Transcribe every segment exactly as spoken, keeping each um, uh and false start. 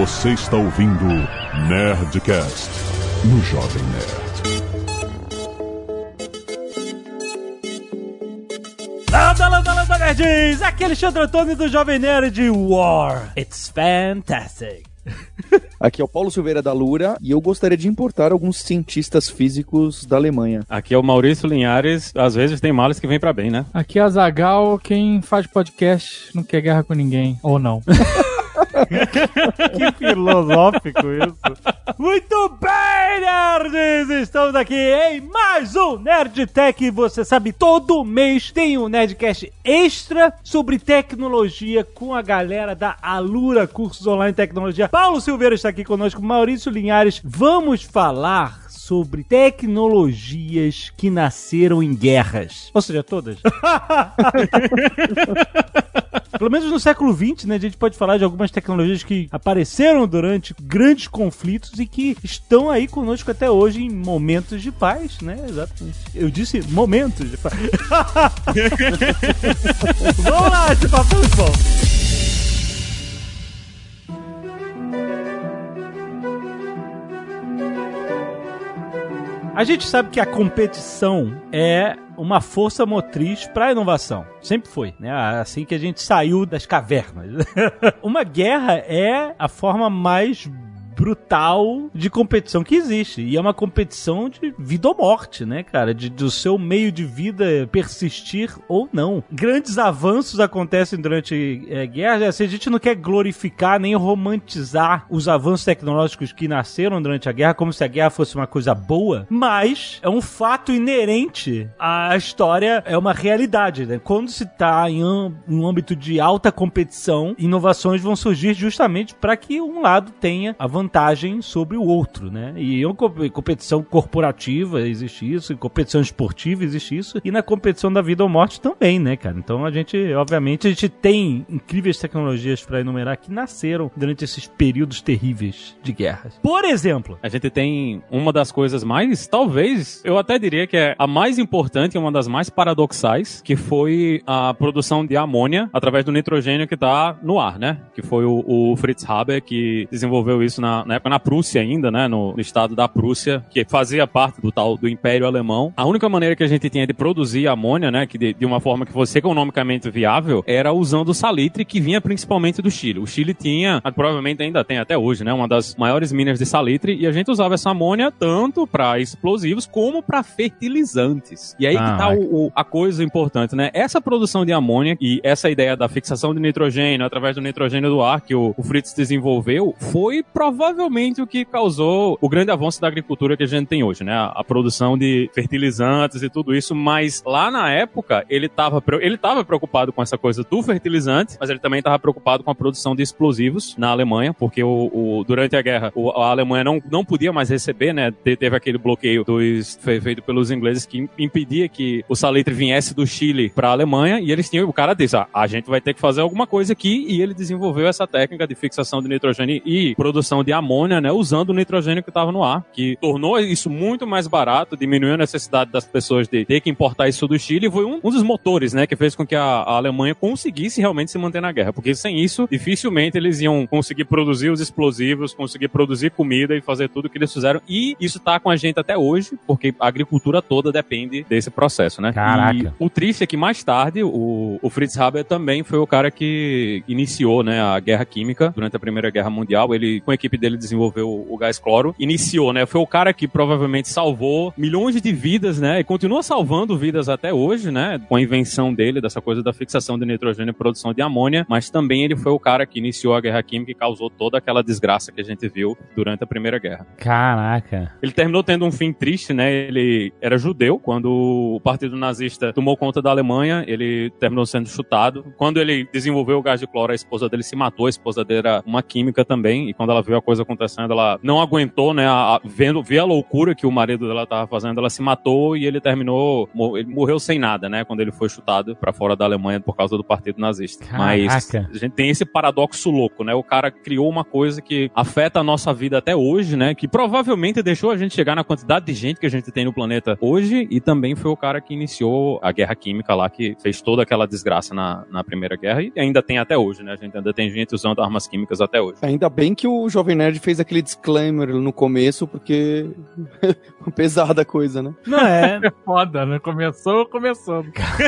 Você está ouvindo Nerdcast no Jovem Nerd. Landa, landa, landa, nerds! Aqui é Alexandre Antônio do Jovem Nerd. War, it's fantastic. Aqui é o Paulo Silveira da Lura e eu gostaria de importar alguns cientistas físicos da Alemanha. Aqui é o Maurício Linhares, às vezes tem males que vem pra bem, né? Aqui é a Zagal, quem faz podcast não quer guerra com ninguém, ou não. Que filosófico isso. Muito bem, nerds! Estamos aqui em mais um Nerdtech. Você sabe, todo mês tem um Nerdcast extra sobre tecnologia com a galera da Alura Cursos Online Tecnologia. Paulo Silveira está aqui conosco, Maurício Linhares. Vamos falar sobre tecnologias que nasceram em guerras. Ou seja, todas. Pelo menos no século vinte, né, a gente pode falar de algumas tecnologias que apareceram durante grandes conflitos e que estão aí conosco até hoje em momentos de paz, né? Exatamente. Eu disse momentos de paz. Vamos lá, esse papo é bom. A gente sabe que a competição é uma força motriz para a inovação. Sempre foi, né? Assim que a gente saiu das cavernas. Uma guerra é a forma mais brutal de competição que existe. E é uma competição de vida ou morte, né, cara? De, do seu meio de vida persistir ou não. Grandes avanços acontecem durante é, guerras. Assim, a gente não quer glorificar nem romantizar os avanços tecnológicos que nasceram durante a guerra como se a guerra fosse uma coisa boa, mas é um fato inerente à história, é uma realidade, né? Quando se está em um, um âmbito de alta competição, inovações vão surgir justamente para que um lado tenha a vantagem sobre o outro, né? E em competição corporativa existe isso, em competição esportiva existe isso, e na competição da vida ou morte também, né, cara? Então a gente, obviamente, a gente tem incríveis tecnologias para enumerar que nasceram durante esses períodos terríveis de guerras. Por exemplo, a gente tem uma das coisas mais, talvez, eu até diria que é a mais importante e uma das mais paradoxais, que foi a produção de amônia através do nitrogênio que tá no ar, né? Que foi o, o Fritz Haber que desenvolveu isso na Na época na Prússia ainda, né, no, no estado da Prússia, que fazia parte do tal do Império Alemão. A única maneira que a gente tinha de produzir amônia, né, que de, de uma forma que fosse economicamente viável, era usando o salitre, que vinha principalmente do Chile. O Chile tinha, provavelmente ainda tem até hoje, né, uma das maiores minas de salitre, e a gente usava essa amônia tanto para explosivos como para fertilizantes. E aí ah, que tá o, o, a coisa importante, né? Essa produção de amônia e essa ideia da fixação de nitrogênio através do nitrogênio do ar que o, o Fritz desenvolveu foi provavelmente Provavelmente o que causou o grande avanço da agricultura que a gente tem hoje, né? A, a produção de fertilizantes e tudo isso, mas lá na época ele estava ele tava preocupado com essa coisa do fertilizante, mas ele também estava preocupado com a produção de explosivos na Alemanha, porque o, o, durante a guerra o, a Alemanha não, não podia mais receber, né? Te, teve aquele bloqueio dos, feito pelos ingleses que impedia que o salitre viesse do Chile para a Alemanha, e eles tinham, o cara disse, ah, a gente vai ter que fazer alguma coisa aqui, e ele desenvolveu essa técnica de fixação de nitrogênio e produção de amônia, né, usando o nitrogênio que estava no ar, que tornou isso muito mais barato, diminuiu a necessidade das pessoas de ter que importar isso do Chile, e foi um, um dos motores, né, que fez com que a, a Alemanha conseguisse realmente se manter na guerra, porque sem isso, dificilmente eles iam conseguir produzir os explosivos, conseguir produzir comida e fazer tudo o que eles fizeram, e isso tá com a gente até hoje, porque a agricultura toda depende desse processo, né? Caraca. E o triste é que mais tarde, o, o Fritz Haber também foi o cara que iniciou, né, a guerra química durante a Primeira Guerra Mundial. Ele, com a equipe dele, desenvolveu o gás cloro, iniciou, né? Foi o cara que provavelmente salvou milhões de vidas, né? E continua salvando vidas até hoje, né? Com a invenção dele, dessa coisa da fixação de nitrogênio e produção de amônia, mas também ele foi o cara que iniciou a guerra química e causou toda aquela desgraça que a gente viu durante a Primeira Guerra. Caraca. Ele terminou tendo um fim triste, né? Ele era judeu. Quando o Partido Nazista tomou conta da Alemanha, ele terminou sendo chutado. Quando ele desenvolveu o gás de cloro, a esposa dele se matou. A esposa dele era uma química também, e quando ela viu a coisa acontecendo, ela não aguentou, né, a, a, vendo, ver a loucura que o marido dela tava fazendo, ela se matou e ele terminou, ele morreu sem nada, né, quando ele foi chutado pra fora da Alemanha por causa do Partido Nazista. Caraca. Mas a gente tem esse paradoxo louco, né, o cara criou uma coisa que afeta a nossa vida até hoje, né, que provavelmente deixou a gente chegar na quantidade de gente que a gente tem no planeta hoje, e também foi o cara que iniciou a guerra química lá, que fez toda aquela desgraça na, na Primeira Guerra, e ainda tem até hoje, né, a gente ainda tem gente usando armas químicas até hoje. Ainda bem que o Jovem Nerd fez aquele disclaimer no começo, porque pesada a coisa, né? Não é... É foda, né? Começou, começou.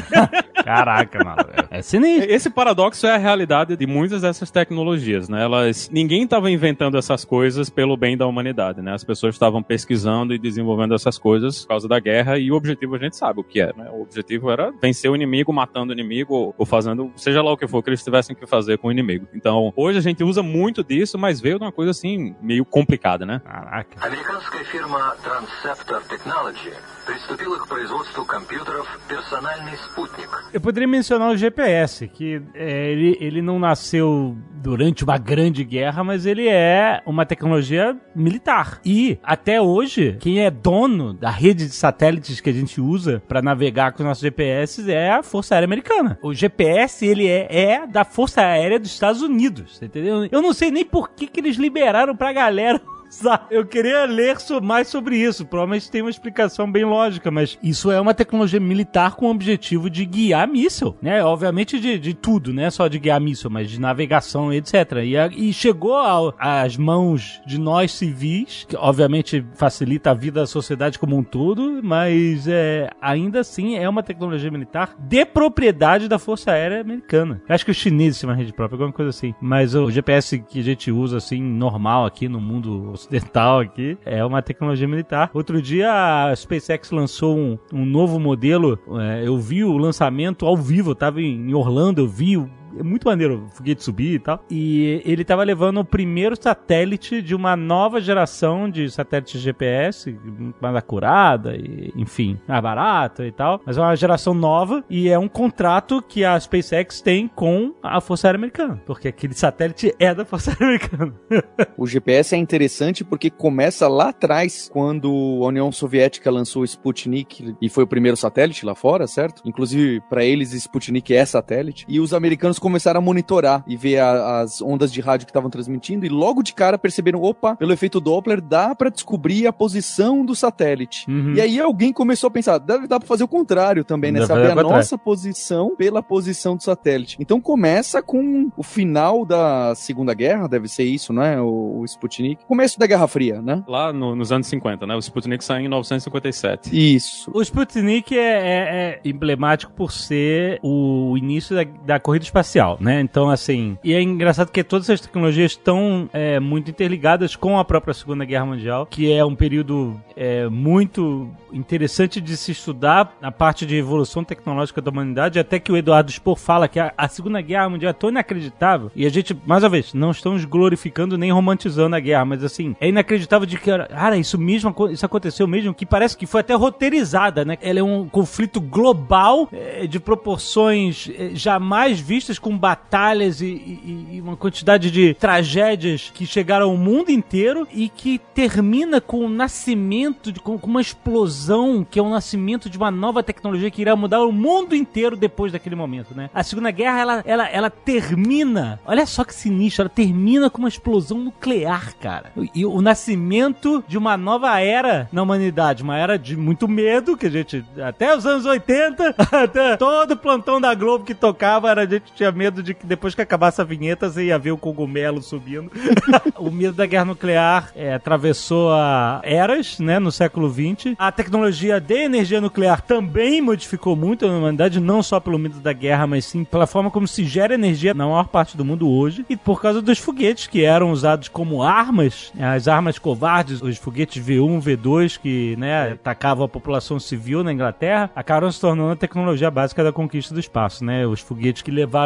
Caraca, mano. É sinistro. Esse paradoxo é a realidade de muitas dessas tecnologias, né? Elas, ninguém estava inventando essas coisas pelo bem da humanidade, né? As pessoas estavam pesquisando e desenvolvendo essas coisas por causa da guerra, e o objetivo a gente sabe o que é, né? O objetivo era vencer o inimigo, matando o inimigo, ou fazendo, seja lá o que for que eles tivessem que fazer com o inimigo. Então, hoje a gente usa muito disso, mas veio de uma coisa assim, meio complicada, né? Caraca. Американская фирма Transceptor Technology приступила к производству компьютеров «Персональный спутник». Eu poderia mencionar o G P S, que é, ele, ele não nasceu durante uma grande guerra, mas ele é uma tecnologia militar. E, até hoje, quem é dono da rede de satélites que a gente usa para navegar com os nossos G P S é a Força Aérea Americana. O G P S, ele é, é da Força Aérea dos Estados Unidos, entendeu? Eu não sei nem por que, que eles liberaram pra galera. Eu queria ler mais sobre isso. Provavelmente tem uma explicação bem lógica, mas isso é uma tecnologia militar com o objetivo de guiar míssil, né? Obviamente de, de tudo, né? Só de guiar míssil, mas de navegação, etcétera. E, a, e chegou ao, às mãos de nós civis, que obviamente facilita a vida da sociedade como um todo, mas é, ainda assim é uma tecnologia militar de propriedade da Força Aérea Americana. Eu acho que os chineses têm uma rede própria, alguma coisa assim. Mas o G P S que a gente usa assim, normal aqui no mundo ocidental aqui, é uma tecnologia militar. Outro dia a SpaceX lançou um, um novo modelo, é, eu vi o lançamento ao vivo, eu tava em Orlando, eu vi o é muito maneiro o foguete subir e tal. E ele tava levando o primeiro satélite de uma nova geração de satélites G P S, mais acurada, e, enfim, mais barata e tal. Mas é uma geração nova e é um contrato que a SpaceX tem com a Força Aérea Americana, porque aquele satélite é da Força Aérea Americana. O G P S é interessante porque começa lá atrás, quando a União Soviética lançou o Sputnik e foi o primeiro satélite lá fora, certo? Inclusive, para eles, Sputnik é satélite. E os americanos começaram a monitorar e ver a, as ondas de rádio que estavam transmitindo, e logo de cara perceberam, opa, pelo efeito Doppler dá pra descobrir a posição do satélite. Uhum. E aí alguém começou a pensar, deve dar pra fazer o contrário também, né? Deve Saber a nossa trás. Posição pela posição do satélite. Então começa com o final da Segunda Guerra, deve ser isso, né? O, o Sputnik. Começo da Guerra Fria, né? Lá no, nos anos cinquenta, né? O Sputnik saiu em mil novecentos e cinquenta e sete. Isso. O Sputnik é, é, é emblemático por ser o início da, da corrida espacial, né? Então, assim, e é engraçado que todas essas tecnologias estão é, muito interligadas com a própria Segunda Guerra Mundial, que é um período é, muito interessante de se estudar a parte de evolução tecnológica da humanidade, até que o Eduardo Spohr fala que a, a Segunda Guerra Mundial é tão inacreditável, e a gente, mais uma vez, não estamos glorificando nem romantizando a guerra, mas assim, é inacreditável de que, cara, isso mesmo, isso aconteceu mesmo, que parece que foi até roteirizada, né? Ela é um conflito global, é, de proporções é, jamais vistas, com batalhas e, e, e uma quantidade de tragédias que chegaram ao mundo inteiro, e que termina com o nascimento, de, com, com uma explosão, que é o nascimento de uma nova tecnologia que irá mudar o mundo inteiro depois daquele momento, né? A Segunda Guerra, ela, ela, ela termina, olha só que sinistro, ela termina com uma explosão nuclear, cara. E o nascimento de uma nova era na humanidade, uma era de muito medo, que a gente, até os anos oitenta, até todo o plantão da Globo que tocava, era, a gente tinha medo de que depois que acabasse a vinheta, você ia ver o cogumelo subindo. O medo da guerra nuclear é, atravessou a eras, né, no século vinte. A tecnologia de energia nuclear também modificou muito a humanidade, não só pelo medo da guerra, mas sim pela forma como se gera energia na maior parte do mundo hoje, e por causa dos foguetes que eram usados como armas, as armas covardes, os foguetes V um, V dois, que, né, atacavam a população civil na Inglaterra, acabaram se tornando a tecnologia básica da conquista do espaço, né? Os foguetes que levaram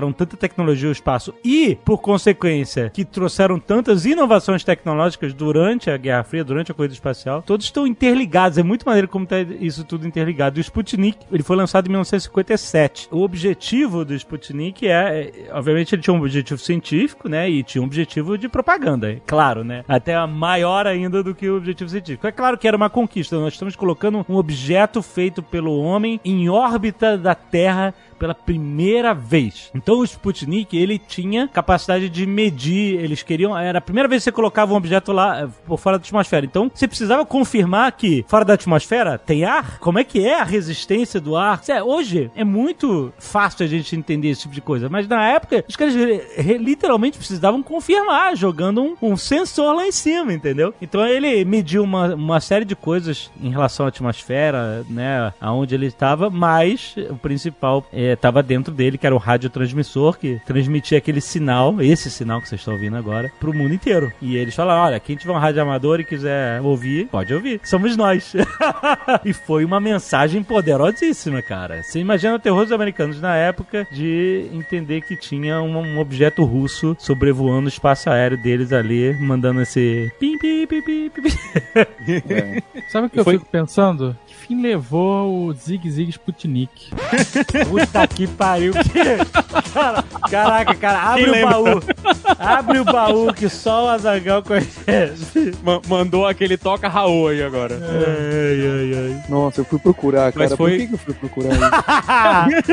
levaram tanta tecnologia ao espaço e, por consequência, que trouxeram tantas inovações tecnológicas durante a Guerra Fria, durante a corrida espacial, todos estão interligados. É muito maneiro como tá isso tudo interligado. E o Sputnik, ele foi lançado em mil novecentos e cinquenta e sete. O objetivo do Sputnik é, obviamente, ele tinha um objetivo científico, né, e tinha um objetivo de propaganda, é claro, né, até maior ainda do que o objetivo científico. É claro que era uma conquista. Nós estamos colocando um objeto feito pelo homem em órbita da Terra pela primeira vez. Então o Sputnik, ele tinha capacidade de medir, eles queriam, era a primeira vez que você colocava um objeto lá por fora da atmosfera. Então você precisava confirmar que fora da atmosfera tem ar? Como é que é a resistência do ar? Hoje é muito fácil a gente entender esse tipo de coisa, mas na época os caras literalmente precisavam confirmar, jogando um, um sensor lá em cima, entendeu? Então ele mediu uma, uma série de coisas em relação à atmosfera, né, aonde ele estava, mas o principal é estava dentro dele, que era o radiotransmissor, que transmitia aquele sinal, esse sinal que vocês estão ouvindo agora, pro mundo inteiro. E eles falaram, olha, quem tiver um rádio amador e quiser ouvir, pode ouvir. Somos nós. E foi uma mensagem poderosíssima, cara. Você imagina o terror dos americanos na época de entender que tinha um, um objeto russo sobrevoando o espaço aéreo deles ali, mandando esse pim, pim, pim, pim, pim. É. Sabe o que eu foi... fico pensando? Que fim levou o Zig Zig Sputnik? Puta que pariu. Cara, caraca, cara, abre Quem o lembra? baú. Abre o baú que só o Azaghal conhece. Ma- mandou aquele toca Raul aí agora. É. Ai, ai, ai. Nossa, eu fui procurar, cara. Mas foi... Por que, que eu fui procurar isso?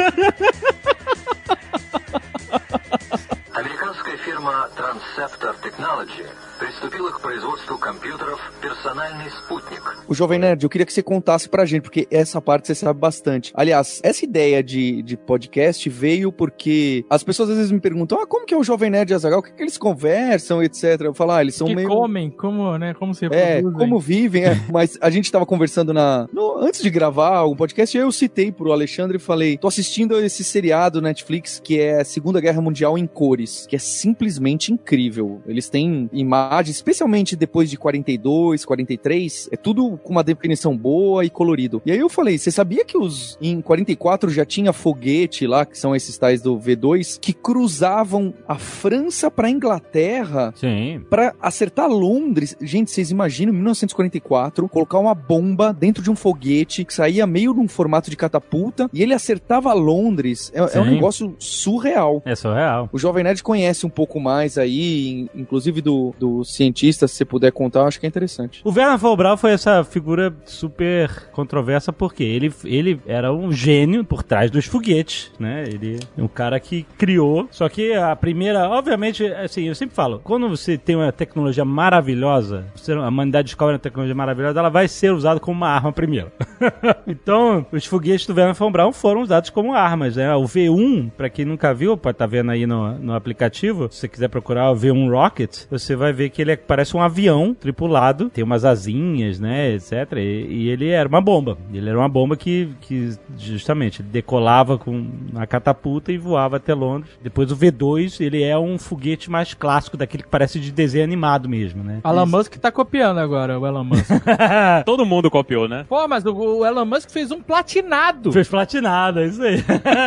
Американская фирма Transceptor Technology приступила к производству компьютеров «Персональный спутник». O Jovem Nerd, eu queria que você contasse pra gente, porque essa parte você sabe bastante. Aliás, essa ideia de, de podcast veio porque as pessoas às vezes me perguntam, ah, como que é o Jovem Nerd e Azaghal? O que, que eles conversam, etcétera. Eu falo, ah, eles são que meio... comem, como, né, como se É, reproduzem. como vivem, é. Mas a gente tava conversando na... No, antes de gravar um podcast, eu citei pro Alexandre e falei, tô assistindo esse seriado Netflix que é Segunda Guerra Mundial em cores, que é simplesmente incrível. Eles têm imagens, especialmente depois de quarenta e dois, quarenta e três, é tudo com uma definição boa e colorido. E aí eu falei, você sabia que os em quarenta e quatro já tinha foguete lá, que são esses tais do V dois, que cruzavam a França pra Inglaterra? Sim. Pra acertar Londres? Gente, vocês imaginam, em mil novecentos e quarenta e quatro, colocar uma bomba dentro de um foguete que saía meio num formato de catapulta e ele acertava Londres. É, é um negócio surreal. É surreal. O Jovem Nerd conhece um pouco mais aí, inclusive do, do cientista, se você puder contar, eu acho que é interessante. O Wernher von Braun foi essa figura super controversa porque ele, ele era um gênio por trás dos foguetes, né? Ele é um cara que criou, só que a primeira, obviamente, assim, eu sempre falo, quando você tem uma tecnologia maravilhosa, a humanidade descobre uma tecnologia maravilhosa, ela vai ser usada como uma arma primeiro. Então, os foguetes do Wernher von Braun foram usados como armas, né? O V um, pra quem nunca viu, pode estar vendo aí no, no aplicativo, se você quiser procurar o V um Rocket, você vai ver que ele é, parece um avião tripulado, tem umas asinhas, né, etcétera. E, e ele era uma bomba. Ele era uma bomba que, que justamente, decolava com a catapulta e voava até Londres. Depois o V dois, ele é um foguete mais clássico, daquele que parece de desenho animado mesmo, né? Elon Musk tá copiando agora, o Elon Musk. Todo mundo copiou, né? Pô, mas o, o Elon Musk fez um platinado. Fez platinado, é isso aí.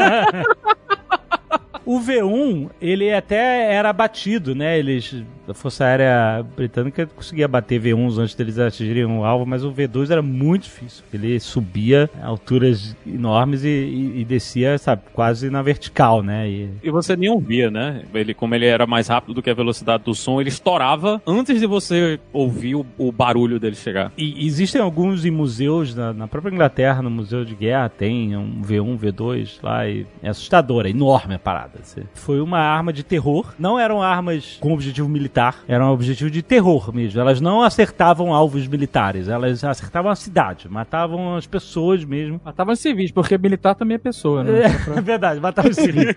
O V um, ele até era batido, né? Eles, a Força Aérea Britânica conseguia bater V uns antes deles atingirem o alvo, mas o V dois era muito difícil. Ele subia a alturas enormes e, e, e descia, sabe, quase na vertical, né? E... e você nem ouvia, né? Ele, como ele era mais rápido do que a velocidade do som, ele estourava antes de você ouvir o, o barulho dele chegar. E existem alguns em museus, na, na própria Inglaterra, no Museu de Guerra, tem um V um, V dois lá, e é assustador, é enorme a parada. Foi uma arma de terror. Não eram armas com objetivo militar, eram um objetivo de terror mesmo. Elas não acertavam alvos militares, elas acertavam a cidade, matavam as pessoas mesmo. Matavam civis, porque militar também é pessoa, né? É, é verdade, matavam civis.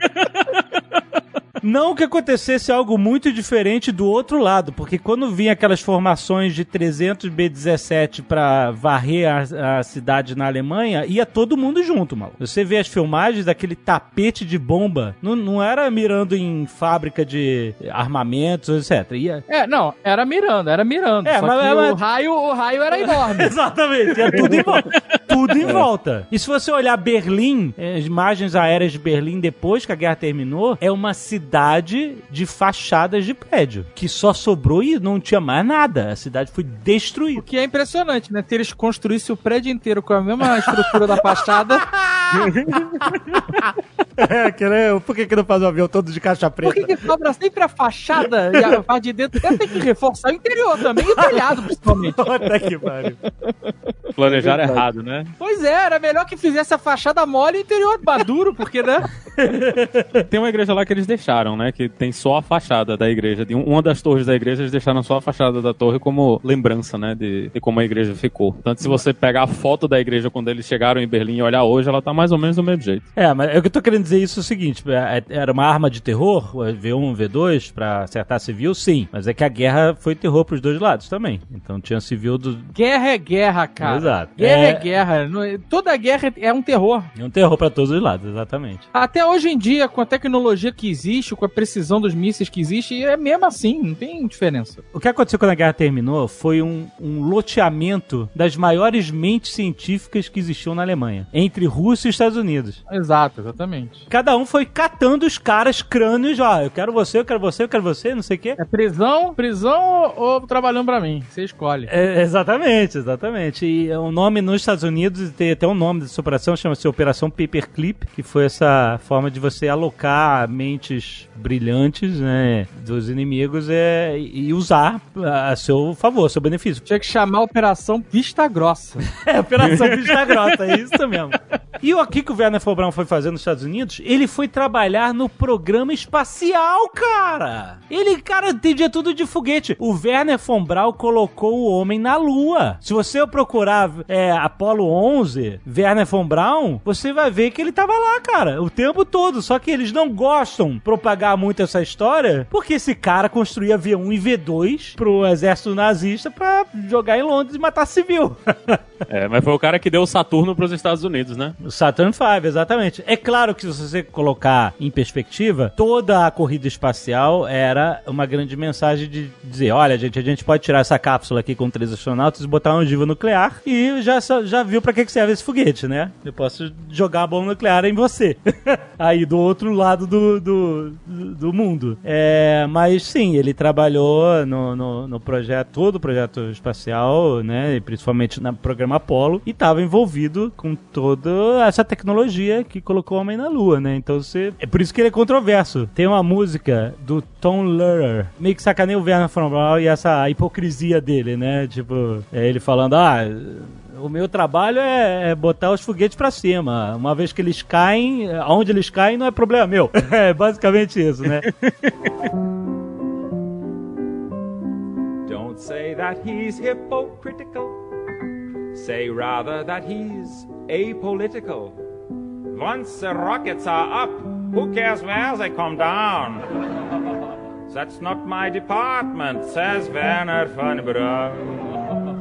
Não que acontecesse algo muito diferente do outro lado, porque quando vinha aquelas formações de trezentos B dezessete pra varrer a, a cidade na Alemanha, ia todo mundo junto, maluco. Você vê as filmagens daquele tapete de bomba, não, não era mirando em fábrica de armamentos, etcétera. Ia... É, não, era mirando, era mirando. É, só mas, que mas... O, raio, o raio era enorme. Exatamente, ia tudo embora. tudo em volta. E se você olhar Berlim, as imagens aéreas de Berlim depois que a guerra terminou, é uma cidade de fachadas de prédio, que só sobrou e não tinha mais nada. A cidade foi destruída. O que é impressionante, né? Se eles construíssem o prédio inteiro com a mesma estrutura da fachada... É, que, né? Por que, que não faz o avião todo de caixa preta? Por que, que sobra sempre a fachada e a parte de dentro? Tem que reforçar o interior também e o telhado, principalmente. Puta que pariu. Planejaram é errado, né? Pois é, era melhor que fizesse a fachada mole e o interior maduro, porque, né? Tem uma igreja lá que eles deixaram, né? Que tem só a fachada da igreja. De uma das torres da igreja, eles deixaram só a fachada da torre como lembrança, né? De, de como a igreja ficou. Tanto se você pegar a foto da igreja quando eles chegaram em Berlim e olhar hoje, ela tá mais ou menos do mesmo jeito. É, mas eu que tô querendo dizer isso é o seguinte, era uma arma de terror, V um, V dois, pra acertar civil, sim. Mas é que a guerra foi terror pros dois lados também. Então tinha civil do... Guerra é guerra, cara. Exato. Guerra é, é guerra. Toda guerra é um terror. É um terror pra todos os lados, exatamente. Até hoje em dia, com a tecnologia que existe, com a precisão dos mísseis que existe, é mesmo assim, não tem diferença. O que aconteceu quando a guerra terminou foi um, um loteamento das maiores mentes científicas que existiam na Alemanha, entre Rússia e Estados Unidos. Exato, exatamente. Cada um foi catando os caras, crânios, ó, eu quero você, eu quero você, eu quero você, não sei o quê. É prisão, prisão ou, ou trabalhando pra mim? Você escolhe. É, exatamente, exatamente. E o nome nos Estados Unidos, tem até um nome dessa operação, chama-se Operação Paperclip, que foi essa forma de você alocar mentes brilhantes, né, dos inimigos é, e usar a seu favor, a seu benefício. Tinha que chamar a Operação Vista Grossa. É, Operação Vista Grossa, é isso mesmo. E o que que o Wernher von Braun foi fazer nos Estados Unidos? Ele foi trabalhar no programa espacial, cara! Ele, cara, entendia tudo de foguete. O Wernher von Braun colocou o homem na Lua. Se você procurar é, Apollo onze, Wernher von Braun, você vai ver que ele tava lá, cara, o tempo todo. Só que eles não gostam de propagar muito essa história, porque esse cara construía V um e V dois pro exército nazista pra jogar em Londres e matar civil. É, mas foi o cara que deu o Saturno pros Estados Unidos, né? O Saturn cinco, exatamente. É claro que se você colocar em perspectiva, toda a corrida espacial era uma grande mensagem de dizer, olha, gente, a gente pode tirar essa cápsula aqui com três astronautas e botar uma ogiva nuclear e já, já viu pra que que serve esse foguete, né? Eu posso jogar a bomba nuclear em você. Aí, do outro lado do, do, do mundo. É, mas, sim, ele trabalhou no, no, no projeto, todo o projeto espacial, né? E principalmente no programa Apollo, e estava envolvido com toda essa tecnologia que colocou o homem na Lua, né? Então, você... é por isso que ele é controverso. Tem uma música do Tom Lehrer, meio que sacaneia o Wernher von Braun e essa hipocrisia dele, né? Tipo, é ele falando, ah... o meu trabalho é, é botar os foguetes pra cima. Uma vez que eles caem, aonde eles caem não é problema meu. É basicamente isso, né? Don't say that he's hypocritical. Say rather that he's apolitical. Once the rockets are up, who cares where they come down? That's not my department, says Wernher von Braun.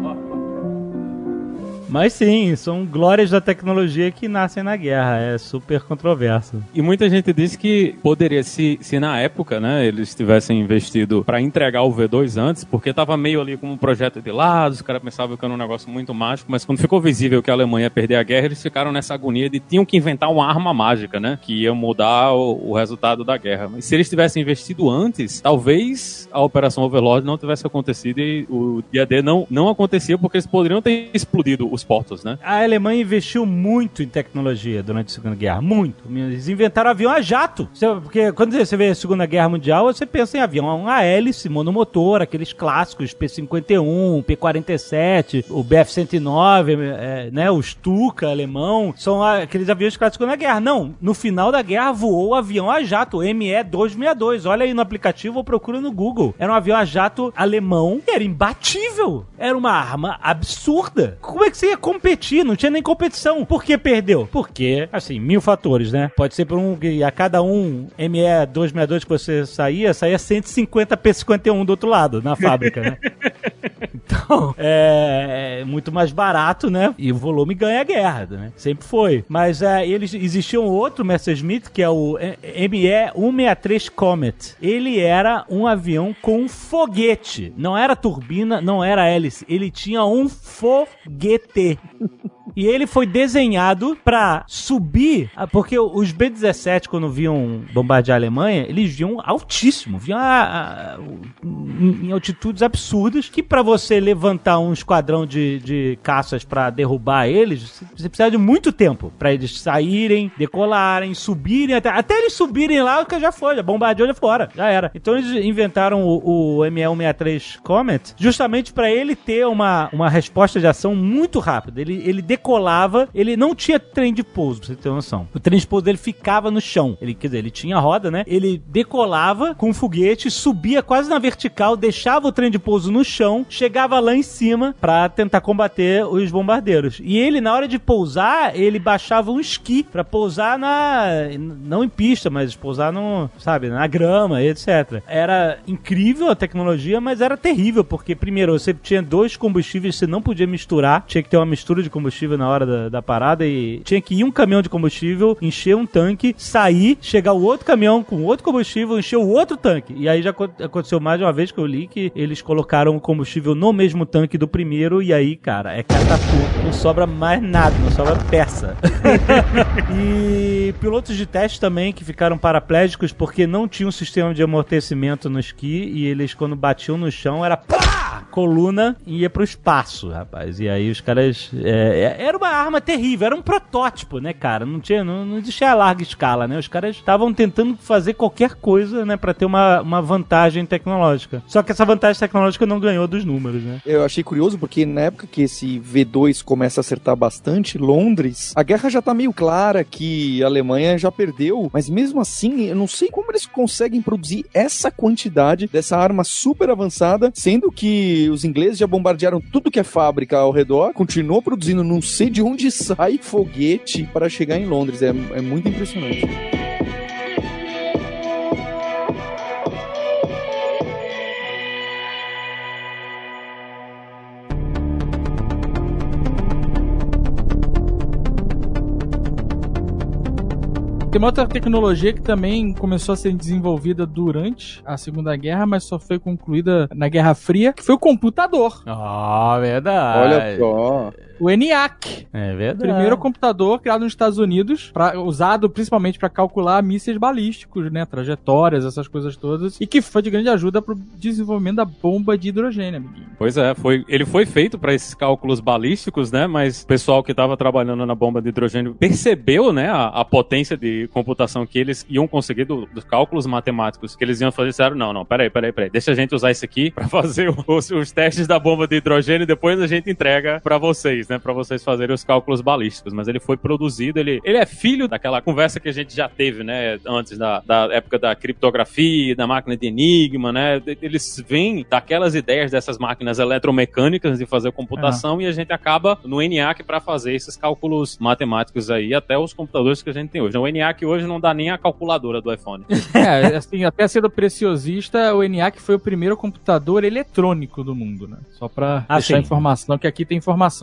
Mas sim, são glórias da tecnologia que nascem na guerra, é super controverso. E muita gente disse que poderia, se, se na época, né, eles tivessem investido pra entregar o V dois antes, porque tava meio ali como um projeto de lado, os caras pensavam que era um negócio muito mágico, mas quando ficou visível que a Alemanha ia perder a guerra, eles ficaram nessa agonia de tinham que inventar uma arma mágica, né, que ia mudar o, o resultado da guerra. Mas se eles tivessem investido antes, talvez a Operação Overlord não tivesse acontecido e o dia D não, não acontecia, porque eles poderiam ter explodido os portos, né? A Alemanha investiu muito em tecnologia durante a Segunda Guerra, muito. Eles inventaram avião a jato. Porque quando você vê a Segunda Guerra Mundial, você pensa em avião a hélice, monomotor, aqueles clássicos, P cinquenta e um, P quarenta e sete, o B F cento e nove, é, né, o Stuka alemão, são aqueles aviões clássicos na guerra. Não, no final da guerra voou o avião a jato, o M E duzentos e sessenta e dois. Olha aí no aplicativo ou procura no Google. Era um avião a jato alemão e era imbatível. Era uma arma absurda. Como é que você ia competir? Não tinha nem competição. Por que perdeu? Porque, assim, mil fatores, né? Pode ser por um, a cada um M E duzentos e sessenta e dois que você saía, saía cento e cinquenta P cinquenta e um do outro lado, na fábrica, né? Então, é, é muito mais barato, né? E o volume ganha a guerra, né? Sempre foi. Mas é, eles, existia um outro Messerschmitt, que é o M E cento e sessenta e três Comet. Ele era um avião com um foguete. Não era turbina, não era hélice. Ele tinha um foguete. E ele foi desenhado pra subir, porque os B dezessete, quando viam bombardear a Alemanha, eles viam altíssimo, viam a, a, em altitudes absurdas, que pra você levantar um esquadrão de, de caças pra derrubar eles, você precisa de muito tempo pra eles saírem, decolarem, subirem, até, até eles subirem lá, que já foi, já bombardeou, já fora, já era. Então eles inventaram o, o M E cento e sessenta e três Comet justamente pra ele ter uma, uma resposta de ação muito rápida. Ele, ele decolava, ele não tinha trem de pouso, pra você ter noção. O trem de pouso dele ficava no chão. Ele, quer dizer, ele tinha roda, né? Ele decolava com o foguete, subia quase na vertical, deixava o trem de pouso no chão, chegava lá em cima pra tentar combater os bombardeiros. E ele, na hora de pousar, ele baixava um esqui pra pousar na... não em pista, mas pousar no, sabe, na grama, etcétera. Era incrível a tecnologia, mas era terrível, porque primeiro, você tinha dois combustíveis, você não podia misturar, tinha que ter uma mistura de combustível na hora da, da parada e tinha que ir um caminhão de combustível, encher um tanque, sair, chegar o outro caminhão com outro combustível, encher o outro tanque. E aí já aconteceu mais de uma vez que eu li que eles colocaram o combustível no mesmo tanque do primeiro e aí, cara, é catapulta. Não sobra mais nada, não sobra peça. E pilotos de teste também que ficaram paraplégicos porque não tinha um sistema de amortecimento no esqui e eles, quando batiam no chão, era pá! Coluna e ia pro espaço, rapaz. E aí os caras... É, era uma arma terrível, era um protótipo, né, cara? Não tinha, não, não existia a larga escala, né? Os caras estavam tentando fazer qualquer coisa, né, pra ter uma, uma vantagem tecnológica. Só que essa vantagem tecnológica não ganhou dos números, né? Eu achei curioso porque na época que esse V dois começa a acertar bastante, Londres, a guerra já tá meio clara que a Alemanha já perdeu, mas mesmo assim, eu não sei como eles conseguem produzir essa quantidade dessa arma super avançada, sendo que os ingleses já bombardearam tudo que é fábrica ao redor, continuou produzindo, não sei de onde sai foguete para chegar em Londres. É, é muito impressionante. Tem uma outra tecnologia que também começou a ser desenvolvida durante a Segunda Guerra, mas só foi concluída na Guerra Fria, que foi o computador. Ah, oh, verdade. Olha só. O ENIAC. É verdade. Primeiro computador criado nos Estados Unidos, pra, usado principalmente para calcular mísseis balísticos, né, trajetórias, essas coisas todas, e que foi de grande ajuda pro desenvolvimento da bomba de hidrogênio, amiguinho. Pois é, foi, ele foi feito para esses cálculos balísticos, né, mas o pessoal que estava trabalhando na bomba de hidrogênio percebeu, né, a, a potência de computação que eles iam conseguir do, dos cálculos matemáticos que eles iam fazer. Disseram, não, não, peraí, peraí, peraí, deixa a gente usar isso aqui para fazer os, os testes da bomba de hidrogênio e depois a gente entrega para vocês, né, para vocês fazerem os cálculos balísticos. Mas ele foi produzido, ele, ele é filho daquela conversa que a gente já teve, né, antes da, da época da criptografia, da máquina de Enigma, né, eles vêm daquelas ideias dessas máquinas eletromecânicas de fazer computação, é. E a gente acaba no ENIAC para fazer esses cálculos matemáticos aí, até os computadores que a gente tem hoje. O ENIAC hoje não dá nem a calculadora do iPhone. É, assim, até sendo preciosista, o ENIAC foi o primeiro computador eletrônico do mundo, né? Só pra ah, deixar sim. informação, que aqui tem informação.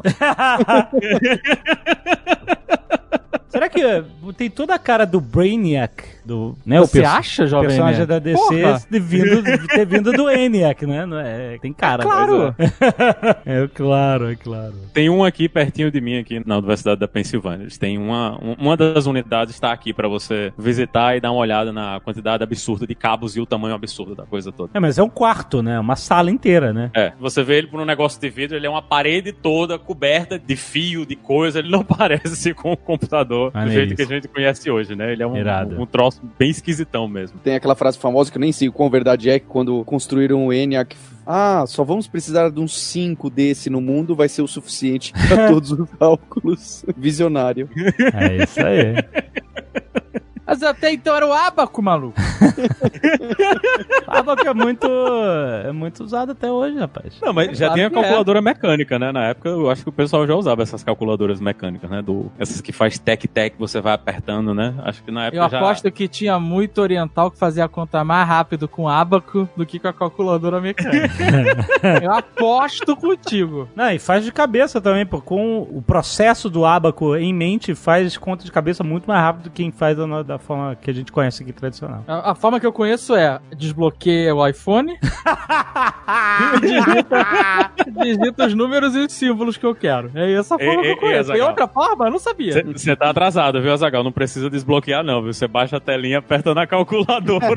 Será que tem toda a cara do Brainiac, do, né? Você o perso- acha, jovem? personagem né? da D C de vindo, de ter vindo do ENIAC, né? Não é, tem cara. É claro. É. é claro, é claro. Tem um aqui pertinho de mim, aqui na Universidade da Pensilvânia. Eles têm uma, uma das unidades está aqui para você visitar e dar uma olhada na quantidade absurda de cabos e o tamanho absurdo da coisa toda. É, mas é um quarto, né? Uma sala inteira, né? É, você vê ele por um negócio de vidro, ele é uma parede toda coberta de fio, de coisa, ele não parece com um computador do jeito que a gente conhece hoje, né? Ele é um, um, um troço bem esquisitão mesmo. Tem aquela frase famosa que eu nem sei o quão verdade é, que quando construíram o ENIAC, ah, só vamos precisar de uns cinco desse no mundo, vai ser o suficiente para todos os cálculos. Visionário. É isso aí. Mas até então era o ábaco, maluco. Ábaco é muito, é muito usado até hoje, rapaz. Não, mas É já claro tem a que é. calculadora mecânica, né? Na época, eu acho que o pessoal já usava essas calculadoras mecânicas, né? Do, essas que faz tec-tec, você vai apertando, né? Acho que na época Eu já... aposto que tinha muito oriental que fazia a conta mais rápido com ábaco do que com a calculadora mecânica. Eu aposto contigo. Não, e faz de cabeça também, pô. Com o processo do ábaco em mente, faz conta de cabeça muito mais rápido do que quem faz da, da forma que a gente conhece aqui, tradicional. A, a forma que eu conheço é desbloqueia o iPhone, digita, digita os números e os símbolos que eu quero. É essa a forma E- que e- eu conheço. e, Tem Azaghal? outra forma? Eu não sabia. Você tá atrasado, viu, Azaghal? Não precisa desbloquear, não, viu? Você baixa a telinha, aperta na calculadora.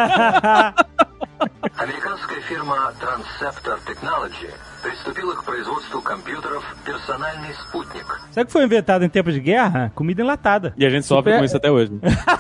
Американская фирма Transceptor Technology приступила к производству компьютеров «Персональный спутник». Sabe o que foi inventado em tempos de guerra? Comida enlatada. E a gente sofre Super- com isso até hoje.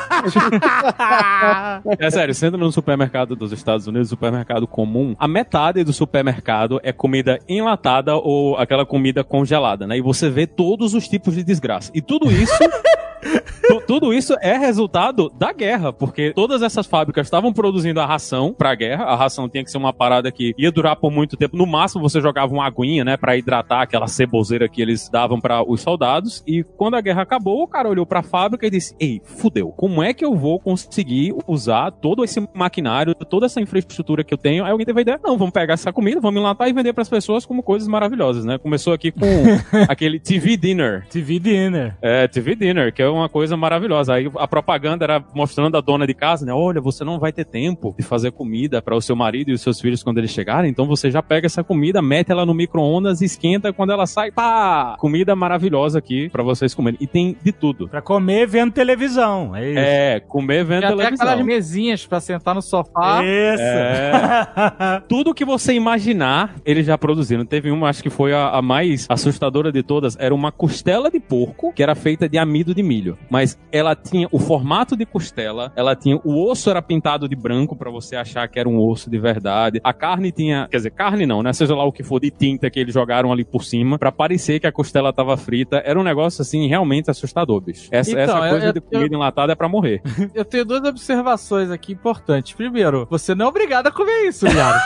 É sério, você entra no supermercado dos Estados Unidos, supermercado comum, a metade do supermercado é comida enlatada ou aquela comida congelada, né? E você vê todos os tipos de desgraça. E tudo isso... tu- tudo isso é resultado da guerra, porque todas essas fábricas estavam produzindo a ração pra guerra. A ração tinha que ser uma parada que ia durar por muito tempo. No máximo, você jogava uma aguinha, né, pra hidratar aquela ceboseira que eles davam pra os soldados. E quando a guerra acabou, o cara olhou pra fábrica e disse: ei, fudeu, como é que eu vou conseguir usar todo esse maquinário, toda essa infraestrutura que eu tenho? Aí alguém teve a ideia: não, vamos pegar essa comida, vamos enlatar e vender pras pessoas como coisas maravilhosas, né? Começou aqui com aquele T V Dinner. T V Dinner. É, T V Dinner, que é uma coisa maravilhosa. Aí a propaganda era mostrando a dona de casa, né? Olha, você não vai ter tempo de fazer comida para o seu marido e os seus filhos quando eles chegarem, então você já pega essa comida, mete ela no micro-ondas, esquenta, quando ela sai, pá! Comida maravilhosa aqui para vocês comerem. E tem de tudo. Pra comer vendo televisão. É isso. É, comer vendo Tem até televisão. aquelas mesinhas pra sentar no sofá. Isso. É. Tudo que você imaginar, eles já produziram. Teve uma, acho que foi a, a mais assustadora de todas, era uma costela de porco, que era feita de amido de milho. Mas ela tinha o formato de costela, ela tinha, o osso era pintado de branco pra você achar que era um osso de verdade. A carne tinha, quer dizer, carne não, né? Seja lá o que for de tinta que eles jogaram ali por cima, pra parecer que a costela tava frita. Era um negócio, assim, realmente assustador, bicho. Essa, Então, essa coisa eu- de comida enlatada é pra morrer. Eu tenho duas observações aqui importantes. Primeiro, você não é obrigado a comer isso, Yaro.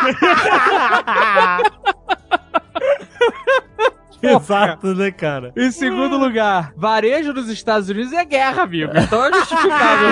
Exato, né, cara? Em segundo lugar, varejo nos Estados Unidos é guerra, amigo. Então é justificável.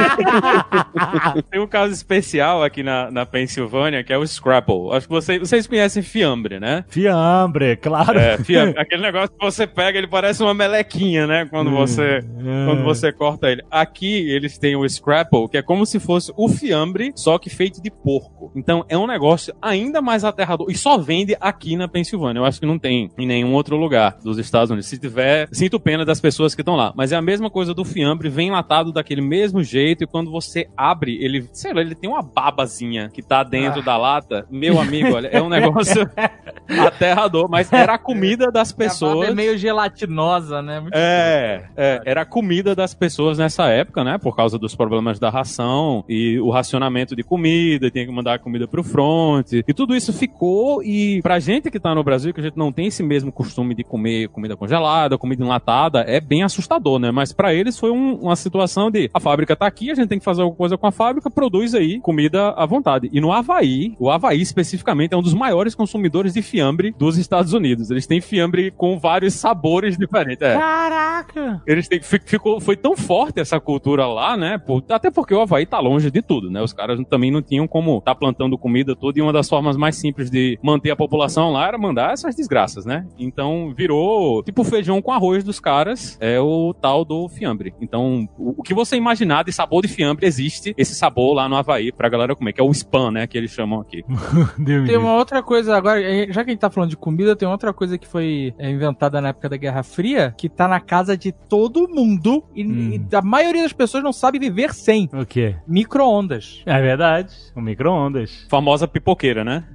Tem um caso especial aqui na, na Pensilvânia, que é o Scrapple. Acho que vocês, vocês conhecem fiambre, né? Fiambre, claro. É, fiambre. Aquele negócio que você pega, ele parece uma melequinha, né? Quando você, quando você corta ele. Aqui, eles têm o Scrapple, que é como se fosse o fiambre, só que feito de porco. Então, é um negócio ainda mais aterrador. E só vende aqui na Pensilvânia. Eu acho que não tem em nenhum outro lugar dos Estados Unidos. Se tiver, sinto pena das pessoas que estão lá. Mas é a mesma coisa do fiambre, vem enlatado daquele mesmo jeito, e quando você abre, ele, sei lá, ele tem uma babazinha que tá dentro da lata. Meu amigo, olha, é um negócio aterrador, mas era a comida das A pessoas. baba é meio gelatinosa, né? Muito É, é, era a comida das pessoas nessa época, né? Por causa dos problemas da ração e o racionamento de comida, tinha que mandar a comida pro front. E tudo isso ficou, e pra gente que tá no Brasil, que a gente não tem esse mesmo costume de comer comida congelada, comida enlatada, é bem assustador, né? Mas pra eles foi um- uma situação de a fábrica tá aqui, a gente tem que fazer alguma coisa com a fábrica, produz aí comida à vontade. E no Havaí, o Havaí especificamente é um dos maiores consumidores de fiambre dos Estados Unidos. Eles têm fiambre com vários sabores diferentes. É. Caraca! Eles têm, fi- ficou, foi tão forte essa cultura lá, né? Por- até porque o Havaí tá longe de tudo, né? Os caras também não tinham como tá plantando comida toda, e uma das formas mais simples de manter a população lá era mandar essas desgraças, né? Então virou tipo feijão com arroz dos caras, é o tal do fiambre. Então, o, o que você imaginar de sabor de fiambre, existe esse sabor lá no Havaí pra galera comer, que é o spam, né? Que eles chamam aqui. Tem uma outra coisa agora, eh, já que a gente tá falando de comida, tem outra coisa que foi eh, inventada na época da Guerra Fria, que tá na casa de todo mundo e, Hum. e a maioria das pessoas não sabe viver sem. O quê? Micro-ondas. É verdade. O micro-ondas. Famosa pipoqueira, né?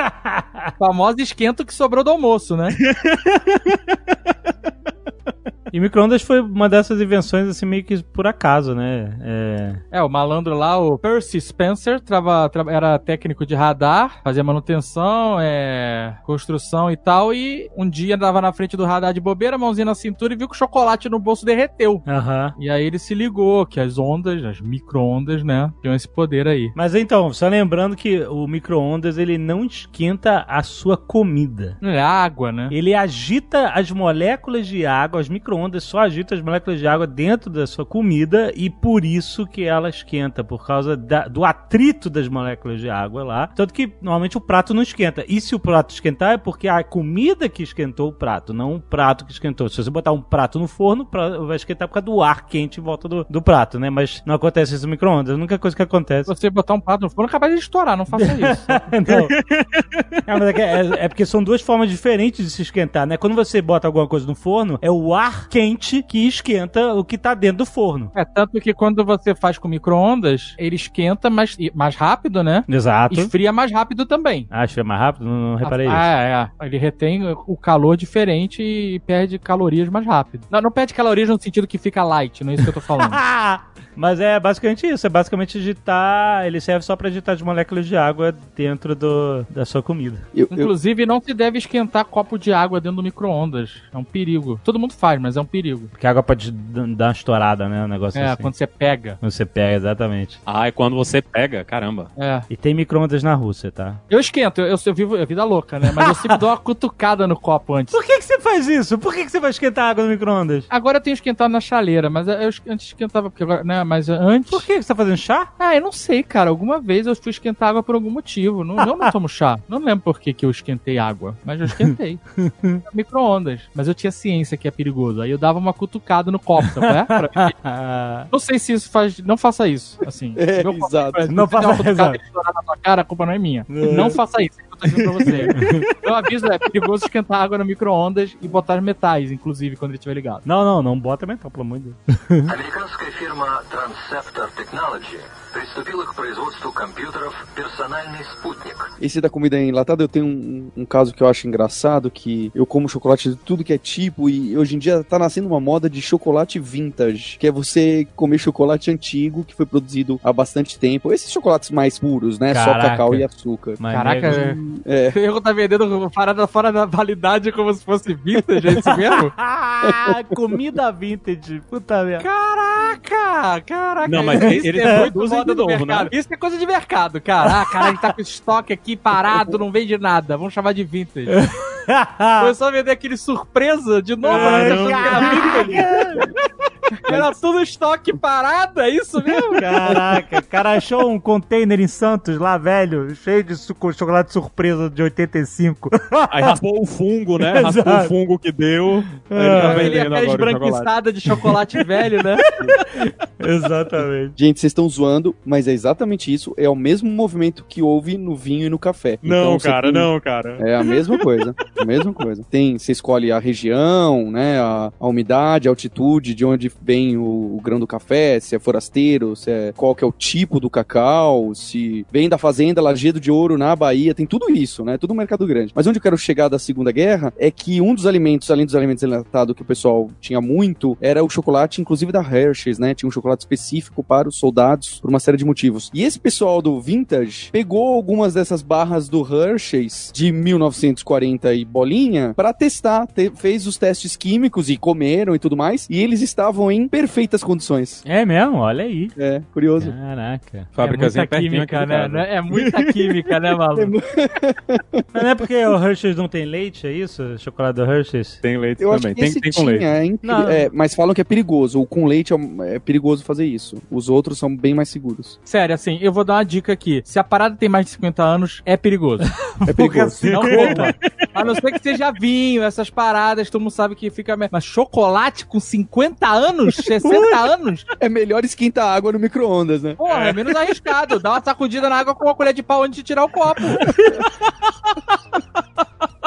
Famosa esquenta que sobrou do almoço, né? E micro-ondas foi uma dessas invenções, assim, meio que por acaso, né? É, é o malandro lá, o Percy Spencer, trava, tra, era técnico de radar, fazia manutenção, é, construção e tal, e um dia andava na frente do radar de bobeira, mãozinha na cintura, e viu que o chocolate no bolso derreteu. Aham. E aí ele se ligou que as ondas, as micro-ondas, né, tinham esse poder aí. Mas então, só lembrando que o micro-ondas, ele não esquenta a sua comida. É água, né? Ele agita as moléculas de água, as micro-ondas só agitam as moléculas de água dentro da sua comida e por isso que ela esquenta, por causa da, do atrito das moléculas de água lá. Tanto que normalmente o prato não esquenta. E se o prato esquentar é porque a comida que esquentou o prato, não o prato que esquentou. Se você botar um prato no forno, vai esquentar por causa do ar quente em volta do, do prato, né? Mas não acontece isso no micro-ondas. A única coisa que acontece... Se você botar um prato no forno, acaba de estourar, não faça isso. Não. É, mas é, que é, é porque são duas formas diferentes de se esquentar, né? Quando você bota alguma coisa no forno, é o ar quente que esquenta o que tá dentro do forno. É, tanto que quando você faz com micro-ondas, ele esquenta mais, mais rápido, né? Exato. Esfria mais rápido também. Ah, esfria mais rápido? Não, não reparei ah, isso. Ah, é. Ele retém o calor diferente e perde calorias mais rápido. Não, não perde calorias no sentido que fica light, não é isso que eu tô falando. Mas é basicamente isso, é basicamente agitar, ele serve só pra agitar as moléculas de água dentro do, da sua comida. Eu, Inclusive, eu... não se deve esquentar copo de água dentro do micro-ondas. É um perigo. Todo mundo faz, mas é um perigo. Porque a água pode dar uma estourada, né? Um negócio é, assim. quando você pega. Quando você pega, exatamente. Ah, é quando você pega, caramba. É. E tem micro-ondas na Rússia, tá? Eu esquento, eu, eu, eu vivo a vida louca, né? Mas eu sempre dou uma cutucada no copo antes. Por que, que você faz isso? Por que, que você vai esquentar água no micro-ondas? Agora eu tenho esquentado na chaleira, mas eu, eu antes esquentava, porque agora, né? Mas antes... Por que você tá fazendo chá? Ah, eu não sei, cara. Alguma vez eu fui esquentar água por algum motivo. Não, eu não tomo chá. Não lembro por que, que eu esquentei água, mas eu esquentei. Micro-ondas. Mas eu tinha ciência que é perigoso. Aí eu dava uma cutucada no copo, sabe? É? Pra... Não sei se isso faz... Não faça isso, assim. É, exato. Copo, não faça isso. Se estourar na tua cara, a culpa não é minha. É. Não faça isso. Eu tô dizendo pra você. Meu aviso é perigoso esquentar água no micro-ondas e botar metais, inclusive, quando ele estiver ligado. Não, não, não bota metal, pelo amor de Deus. Американская фирма Transceptor Technology приступила к производству компьютеров «Персональный спутник». Esse da comida enlatada, eu tenho um, um caso que eu acho engraçado, que eu como chocolate de tudo que é tipo, e hoje em dia tá nascendo uma moda de chocolate vintage, que é você comer chocolate antigo, que foi produzido há bastante tempo. Esses chocolates mais puros, né? Caraca. Só cacau e açúcar. Caraca, é. Eu tá vendendo parada fora da validade como se fosse vintage, é isso mesmo? Comida vintage, puta merda. Caraca, caraca. Não, mas isso eles é muito produzem moda de novo, do mercado. né? Isso é coisa de mercado, cara. Ah, cara, a gente tá com estoque aqui parado, não vende nada. Vamos chamar de vintage. Começou a vender aquele surpresa de novo, né? Achando que era vintage. Era tudo estoque parado, é isso mesmo? Caraca, o cara achou um container em Santos lá, velho, cheio de su- chocolate surpresa de oitenta e cinco. Aí raspou o fungo, né? Raspou Exato. o fungo que deu. Aí ele Ah, tá ele vendendo é agora o chocolate. esbranquiçada de chocolate velho, né? Exatamente. Gente, vocês estão zoando, mas é exatamente isso. É o mesmo movimento que houve no vinho e no café. Não, Então, você cara, tem- não, cara. É a mesma coisa, a mesma coisa. Tem, você escolhe a região, né, a, a umidade, a altitude, de onde vem o, o grão do café, se é forasteiro, se é, qual que é o tipo do cacau, se vem da fazenda Lajeado de Ouro na Bahia, tem tudo isso, né, tudo um mercado grande. Mas onde eu quero chegar da Segunda Guerra é que um dos alimentos, além dos alimentos enlatados que o pessoal tinha muito, era o chocolate, inclusive da Hershey's, né, tinha um chocolate específico para os soldados, por uma série de motivos. E esse pessoal do Vintage pegou algumas dessas barras do Hershey's de mil novecentos e quarenta e bolinha para testar, te, fez os testes químicos e comeram e tudo mais, e eles estavam em perfeitas condições. É mesmo? Olha aí. É, curioso. Caraca. Fábricazinha É muita pertinho química, aqui de né? casa. Não é- É muita química, né, maluco? Mas não é porque o Hershey's não tem leite, é isso? Chocolate do Hershey's? Tem leite Eu também. acho que Tem, esse tem com tinha, leite. é, incri- Não. é, mas falam que é perigoso. O com leite é, um- é perigoso fazer isso. Os outros são bem mais seguros. Sério, assim, eu vou dar uma dica aqui. Se a parada tem mais de cinquenta anos, é perigoso. É perigoso. Não coma. A não ser que seja vinho, essas paradas, todo mundo sabe que fica... me- Mas chocolate com cinquenta anos? sessenta anos? É melhor esquentar água no micro-ondas, né? Porra, é menos arriscado. Dá uma sacudida na água com uma colher de pau antes de tirar o copo.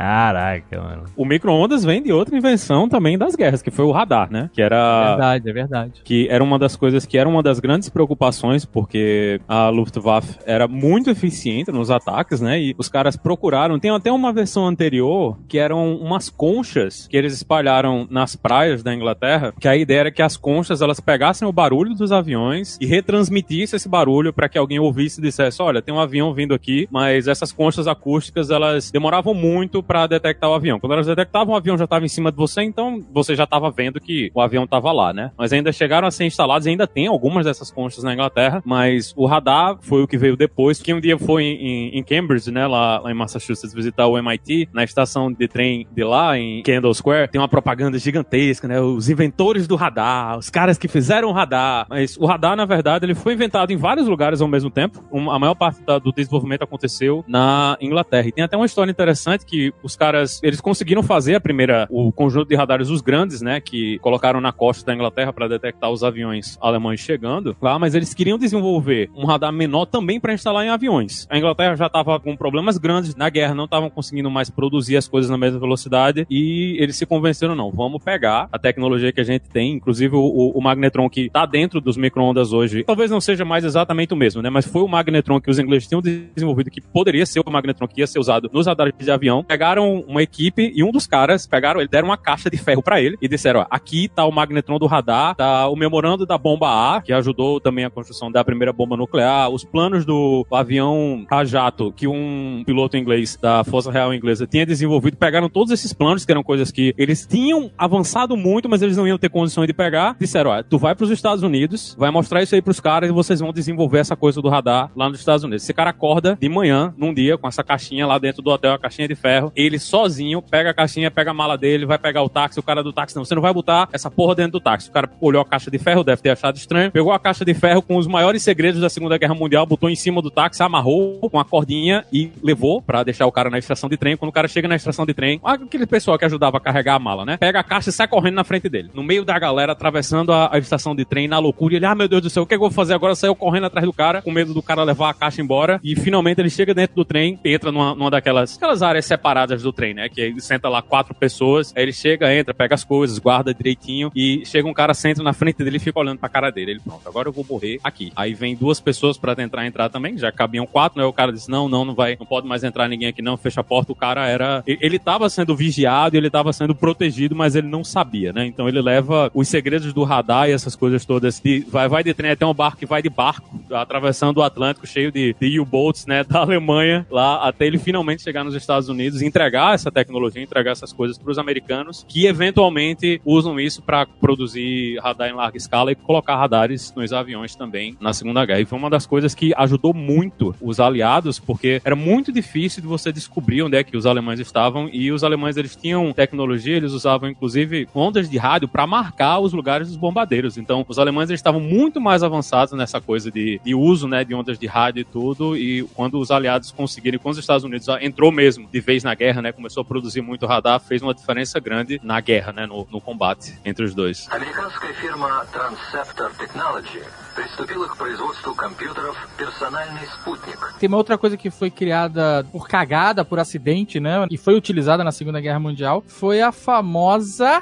Caraca, mano. O micro-ondas vem de outra invenção também das guerras, que foi o radar, né? Que era... É verdade, é verdade. Que era uma das coisas que era uma das grandes preocupações, porque a Luftwaffe era muito eficiente nos ataques, né? E os caras procuraram... Tem até uma versão anterior que eram umas conchas que eles espalharam nas praias da Inglaterra, que a ideia era que as conchas, elas pegassem o barulho dos aviões e retransmitissem esse barulho para que alguém ouvisse e dissesse, olha, tem um avião vindo aqui, mas essas conchas acústicas, elas demoravam muito para detectar o avião. Quando elas detectavam, o avião já estava em cima de você, então você já estava vendo que o avião estava lá, né? Mas ainda chegaram a ser instalados, e ainda tem algumas dessas conchas na Inglaterra, mas o radar foi o que veio depois, que um dia foi em, em Cambridge, né, lá, lá em Massachusetts, visitar o M I T, na estação de trem de lá, em Kendall Square, tem uma propaganda gigantesca, né, os inventores do radar, os caras que fizeram o radar, mas o radar, na verdade, ele foi inventado em vários lugares ao mesmo tempo, um, a maior parte da, do desenvolvimento aconteceu na Inglaterra, e tem até uma história interessante que os caras, eles conseguiram fazer a primeira, o conjunto de radares, os grandes, né, que colocaram na costa da Inglaterra para detectar os aviões alemães chegando lá, mas eles queriam desenvolver um radar menor também para instalar em aviões. A Inglaterra já estava com problemas grandes na guerra, não estavam conseguindo mais produzir as coisas na mesma velocidade, e eles se convenceram, não, vamos pegar a tecnologia que a gente tem, inclusive o, o magnetron que está dentro dos micro-ondas hoje, talvez não seja mais exatamente o mesmo, né, mas foi o magnetron que os ingleses tinham desenvolvido, que poderia ser o magnetron que ia ser usado nos radares de avião. Pegaram uma equipe e um dos caras, pegaram, ele deram uma caixa de ferro para ele e disseram, ó, aqui tá o magnetron do radar, tá o memorando da bomba A, que ajudou também a construção da primeira bomba nuclear, os planos do avião a jato, que um piloto inglês da Força Real Inglesa tinha desenvolvido, pegaram todos esses planos, que eram coisas que eles tinham avançado muito, mas eles não iam ter condições de pegar, disseram, ó, tu vai pros Estados Unidos, vai mostrar isso aí pros caras e vocês vão desenvolver essa coisa do radar lá nos Estados Unidos. Esse cara acorda de manhã, num dia, com essa caixinha lá dentro do hotel, a caixinha de ferro, ele sozinho pega a caixinha, pega a mala dele, vai pegar o táxi, o cara do táxi, não, você não vai botar essa porra dentro do táxi. O cara olhou a caixa de ferro, deve ter achado estranho, pegou a caixa de ferro com os maiores segredos da Segunda Guerra Mundial, botou em cima do táxi, amarrou com a cordinha e levou pra deixar o cara na estação de trem. Quando o cara chega na estação de trem, aquele pessoal que ajudava a carregar a mala, né? Pega a caixa e sai correndo na frente dele. No meio da galera, atravessando a, a estação de trem, na loucura, e ele, ah, meu Deus do céu, o que eu vou fazer agora? Saiu correndo atrás do cara, com medo do cara levar a caixa embora, e finalmente ele chega dentro do trem, entra numa, numa daquelas aquelas áreas separadas do trem, né? Que aí senta lá quatro pessoas, aí ele chega, entra, pega as coisas, guarda direitinho, e chega um cara, senta na frente dele e fica olhando pra cara dele. Ele, pronto, agora eu vou morrer aqui. Aí vem duas pessoas pra tentar entrar também, já cabiam quatro, né? O cara disse, não, não, não vai, não pode mais entrar ninguém aqui não, fecha a porta. O cara era, ele tava sendo vigiado, ele tava sendo protegido, mas ele não sabia, né? Então ele leva os segredos do radar e essas coisas todas, de, vai, vai de trem até um barco que vai de barco, atravessando o Atlântico, cheio de, de U-boats, né? Da Alemanha, lá, até ele finalmente chegar nos Estados Unidos, entregar essa tecnologia, entregar essas coisas pros americanos, que eventualmente usam isso para produzir radar em larga escala e colocar radares nos aviões também na Segunda Guerra. E foi uma das coisas que ajudou muito os aliados, porque era muito difícil de você descobrir onde é que os alemães estavam, e os alemães, eles tinham tecnologia, eles usavam inclusive ondas de rádio para marcar os lugares dos bombardeiros. Então os alemães, eles estavam muito mais avançados nessa coisa de, de uso, né, de ondas de rádio e tudo, e quando os aliados conseguiram, quando os Estados Unidos entrou mesmo de vez na guerra, né, começou a produzir muito radar, fez uma diferença grande na guerra, né, no, no combate entre os dois. Американская фирма Transceptor Technology приступила к производству компьютеров «Персональный спутник». Tem uma outra coisa que foi criada por cagada, por acidente, né, e foi utilizada na Segunda Guerra Mundial, foi a famosa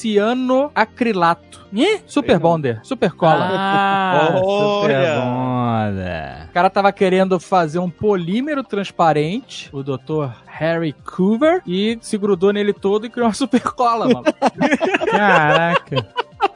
cianoacrilato. Ih, Super Bonder, Super Cola. Ah, Super Bonder. O cara tava querendo fazer um polímero transparente, o doutor Harry Coover, e se grudou nele todo e criou uma super cola, mano. Caraca.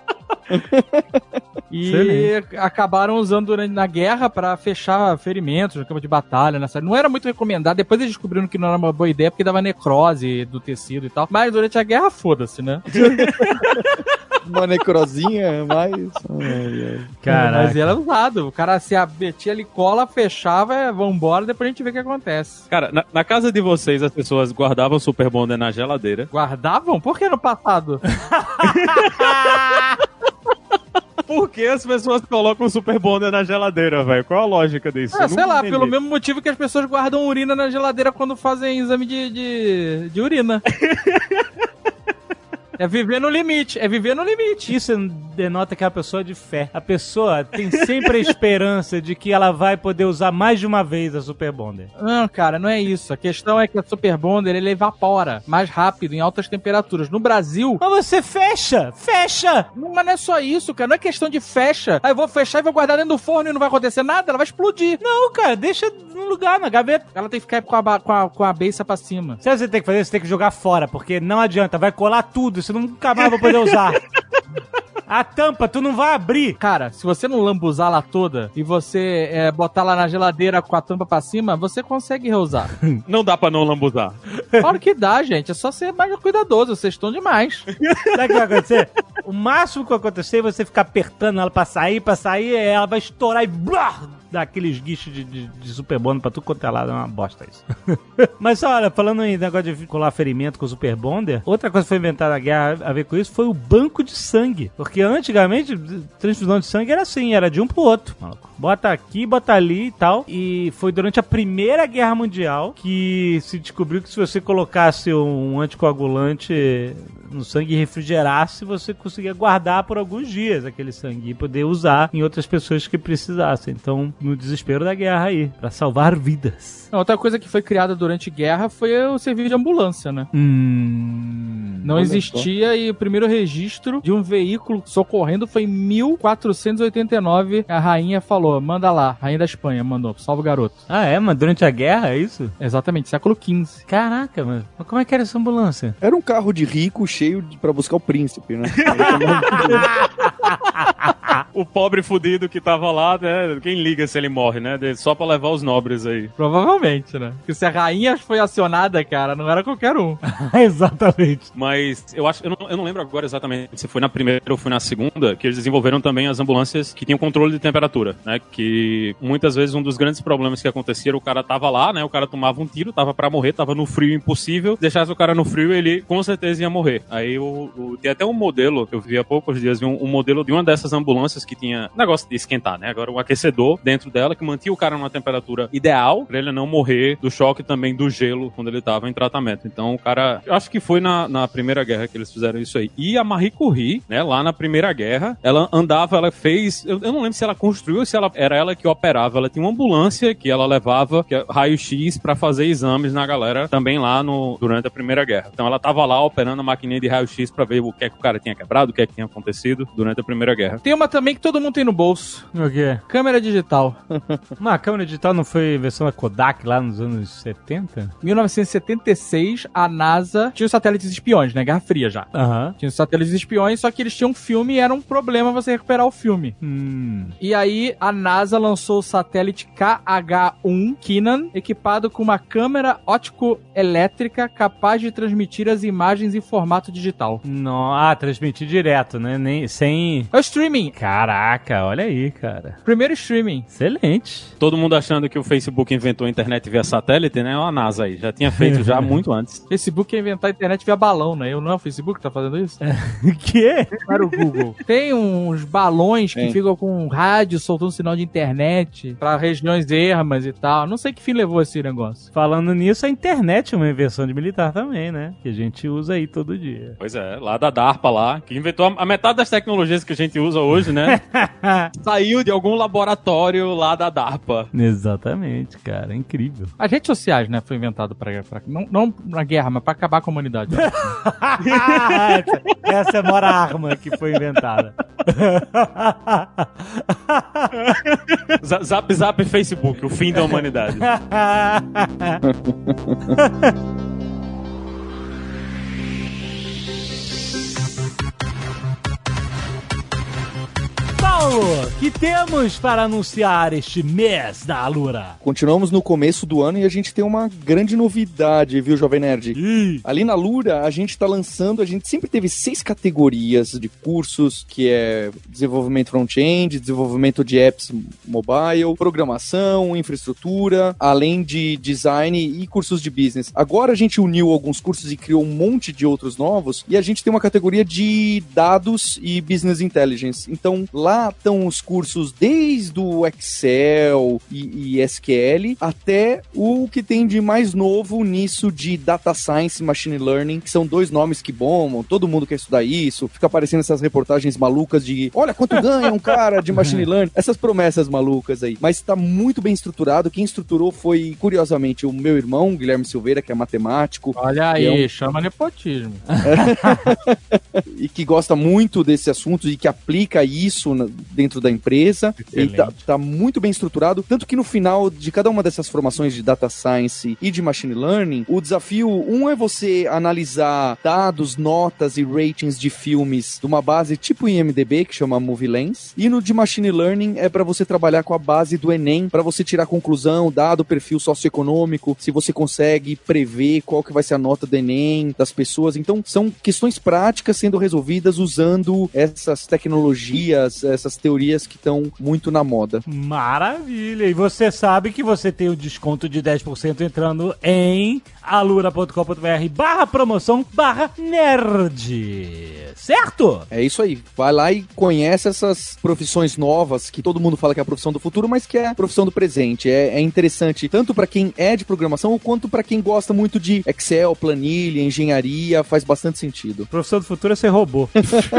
E acabaram usando durante na guerra pra fechar ferimentos no campo de batalha, nessa. Não era muito recomendado. Depois eles descobriram que não era uma boa ideia porque dava necrose do tecido e tal. Mas durante a guerra, foda-se, né? Uma necrosinha, mas... Ai, ai. Caraca. Mas era usado. O cara se metia ali, cola, fechava, vambora, depois a gente vê o que acontece. Cara, na, na casa de vocês, as pessoas guardavam Super Bonder na geladeira. Guardavam? Por que no passado? Por que as pessoas colocam Super Bonder na geladeira, velho? Qual a lógica disso? Ah, sei lá, entendi. Pelo mesmo motivo que as pessoas guardam urina na geladeira quando fazem exame de, de, de urina. É viver no limite, é viver no limite. Isso denota que é uma pessoa de fé. A pessoa tem sempre a esperança de que ela vai poder usar mais de uma vez a Super Bonder. Não, cara, não é isso. A questão é que a Super Bonder, ele evapora mais rápido, em altas temperaturas. No Brasil... Mas você fecha! Fecha! Não, mas não é só isso, cara. Não é questão de fecha. Aí eu vou fechar e vou guardar dentro do forno e não vai acontecer nada, ela vai explodir. Não, cara, deixa no lugar, na gaveta. Ela tem que ficar com a, ba- com a, com a beiça pra cima. Se você tem que fazer, você tem que jogar fora, porque não adianta, vai colar tudo, você nunca mais vai poder usar. A tampa, tu não vai abrir. Cara, se você não lambuzar lá toda e você é, botar lá na geladeira com a tampa pra cima, você consegue reusar. Não dá pra não lambuzar. Claro que dá, gente. É só ser mais cuidadoso. Vocês estão demais. Sabe o que vai acontecer? O máximo que vai acontecer é você ficar apertando ela pra sair, pra sair, ela vai estourar e blá, dar aqueles guichos de, de, de Super Bonder pra tudo quanto é lado. É uma bosta isso. Mas olha, falando em negócio de colar ferimento com o Super Bonder, outra coisa que foi inventada na guerra a ver com isso foi o banco de sangue. Porque antigamente, transfusão de sangue era assim, era de um pro outro, maluco. Bota aqui, bota ali e tal. E foi durante a Primeira Guerra Mundial que se descobriu que se você colocasse um anticoagulante no sangue e refrigerasse, você conseguia guardar por alguns dias aquele sangue e poder usar em outras pessoas que precisassem. Então, no desespero da guerra aí, pra salvar vidas. Outra coisa que foi criada durante a guerra foi o serviço de ambulância, né? Hum... Não existia e o primeiro registro de um veículo socorrendo foi em mil quatrocentos e oitenta e nove. A rainha falou, manda lá, rainha da Espanha mandou, salva o garoto. Ah, é? Mas durante a guerra, é isso? Exatamente, século quinze. Caraca, mano. Mas como é que era essa ambulância? Era um carro de rico cheio de, pra buscar o príncipe, né? O pobre fudido que tava lá, né? Quem liga se ele morre, né? Só pra levar os nobres aí. Provavelmente, né? Porque se a rainha foi acionada, cara, não era qualquer um. Exatamente. Mas eu acho, eu não, eu não lembro agora exatamente se foi na primeira ou foi na segunda, que eles desenvolveram também as ambulâncias que tinham controle de temperatura, né? Que muitas vezes um dos grandes problemas que acontecia era o cara tava lá, né? O cara tomava um tiro, tava pra morrer, tava no frio impossível. Deixasse o cara no frio, ele com certeza ia morrer. Aí o, o, tem até um modelo, eu vi há poucos dias, vi um, um modelo de uma dessas ambulâncias que tinha negócio de esquentar, né? Agora um aquecedor dentro dela que mantinha o cara numa temperatura ideal pra ele não morrer do choque também do gelo quando ele tava em tratamento. Então o cara, eu acho que foi na, na Primeira Guerra que eles fizeram isso aí. E a Marie Curie, né? Lá na Primeira Guerra, ela andava, ela fez, eu, eu não lembro se ela construiu ou se ela, era ela que operava. Ela tinha uma ambulância que ela levava que é raio-x pra fazer exames na galera também lá no, durante a Primeira Guerra. Então ela tava lá operando a maquininha de raio-x pra ver o que é que o cara tinha quebrado, o que é que tinha acontecido durante a Primeira Guerra. Tem uma também que todo mundo tem no bolso. O quê? Câmera digital. Mas a câmera digital não foi versão da Kodak lá nos anos setenta? mil novecentos e setenta e seis, a NASA tinha os satélites espiões, né? Guerra Fria já. Aham. Tinha os satélites espiões, só que eles tinham um filme e era um problema você recuperar o filme. Hum. E aí, a NASA lançou o satélite K H um Kinan, equipado com uma câmera óptico-elétrica capaz de transmitir as imagens em formato digital. Não, ah, transmitir direto, né? Nem, sem... É o streaming. Caraca, olha aí, cara. Primeiro streaming. Excelente. Todo mundo achando que o Facebook inventou a internet via satélite, né? Olha a NASA aí, já tinha feito já muito antes. Facebook ia inventar a internet via balão, né? Eu não é o Facebook que tá fazendo isso? Que? Para o Google. Tem uns balões que Tem. ficam com rádio soltando sinal de internet pra regiões ermas e tal. Não sei que fim levou esse negócio. Falando nisso, a internet é uma invenção de militar também, né? Que a gente usa aí todo dia. Pois é, lá da DARPA lá, que inventou a, a metade das tecnologias que a gente usa hoje, né? Saiu de algum laboratório lá da DARPA. Exatamente, cara. É incrível. As redes sociais, né? Foi inventado pra, pra não, não na guerra, mas pra acabar com a humanidade. essa, essa é a maior arma que foi inventada. Za- Zap Zap Facebook, o fim da humanidade. Paulo, que temos para anunciar este mês da Alura? Continuamos no começo do ano e a gente tem uma grande novidade, viu, Jovem Nerd? Ih. Ali na Alura, a gente tá lançando, a gente sempre teve seis categorias de cursos, que é desenvolvimento front-end, desenvolvimento de apps mobile, programação, infraestrutura, além de design e cursos de business. Agora a gente uniu alguns cursos e criou um monte de outros novos, e a gente tem uma categoria de dados e business intelligence. Então, lá lá estão os cursos desde o Excel e, e S Q L até o que tem de mais novo nisso de Data Science e Machine Learning, que são dois nomes que bombam, todo mundo quer estudar isso, fica aparecendo essas reportagens malucas de olha quanto ganha um cara de Machine Learning, essas promessas malucas aí. Mas está muito bem estruturado. Quem estruturou foi, curiosamente, o meu irmão, Guilherme Silveira, que é matemático. Olha aí, é um... chama nepotismo. E que gosta muito desse assunto e que aplica isso na, dentro da empresa. Excelente. Ele tá, tá muito bem estruturado, tanto que no final de cada uma dessas formações de Data Science e de Machine Learning, o desafio, um é você analisar dados, notas e ratings de filmes de uma base tipo I M D B, que chama Movie Lens, e no de Machine Learning é para você trabalhar com a base do Enem, para você tirar conclusão, dado o perfil socioeconômico, se você consegue prever qual que vai ser a nota do Enem das pessoas. Então, são questões práticas sendo resolvidas usando essas tecnologias, essas teorias que estão muito na moda. Maravilha! E você sabe que você tem o desconto de dez por cento entrando em alura.com.br barra promoção barra nerd. Certo? É isso aí. Vai lá e conhece essas profissões novas que todo mundo fala que é a profissão do futuro, mas que é a profissão do presente. É, é interessante tanto para quem é de programação quanto para quem gosta muito de Excel, planilha, engenharia. Faz bastante sentido. A profissão do futuro é ser robô.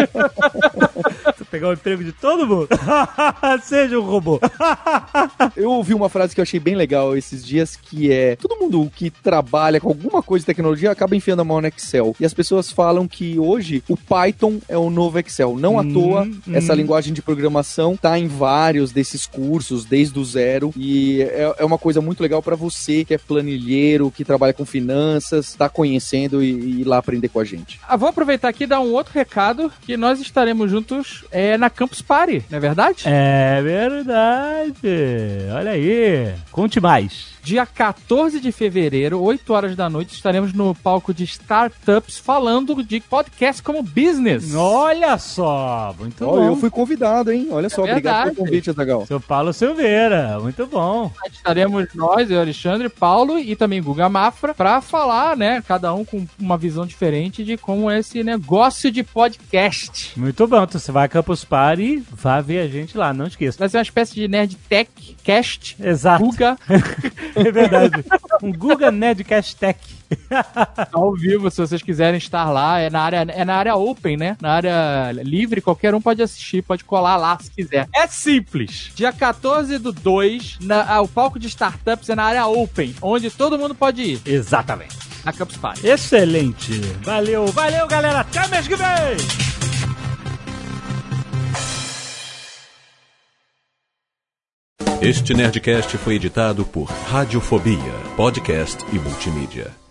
Pegar o emprego de todo mundo. Seja um robô. Eu ouvi uma frase que eu achei bem legal esses dias, que é: todo mundo que trabalha com alguma coisa de tecnologia acaba enfiando a mão no Excel. E as pessoas falam que hoje o Python é o novo Excel. Não à hum, toa, hum. essa linguagem de programação tá em vários desses cursos, desde o zero. E é, é uma coisa muito legal para você que é planilheiro, que trabalha com finanças, tá conhecendo e, e ir lá aprender com a gente. Ah, vou aproveitar aqui e dar um outro recado, que nós estaremos juntos é, na Campus Party, não é verdade? É verdade. Olha aí. Conte mais. Dia quatorze de fevereiro, oito horas da noite, estaremos no palco de Startups falando de podcast como business. Olha só, muito oh, bom. Eu fui convidado, hein? Olha só, é obrigado pelo convite, Azaghal. Seu Paulo Silveira, muito bom. Estaremos nós, eu, Alexandre, Paulo e também Guga Mafra, para falar, né, cada um com uma visão diferente de como é esse negócio de podcast. Muito bom, então você vai a Campus Party, vá ver a gente lá, não esqueça. Vai ser uma espécie de Nerd Tech Cast. Exato. Guga. É verdade. Um Guga Nerdcast Tech. Ao vivo, se vocês quiserem estar lá, é na área, é na área open, né? Na área livre, qualquer um pode assistir, pode colar lá se quiser. É simples. Dia quatorze do dois, na, ah, o palco de startups é na área open, onde todo mundo pode ir. Exatamente. Na Campus Party. Excelente. Valeu, valeu, galera. Até mês que vem. Este Nerdcast foi editado por Radiofobia, podcast e multimídia.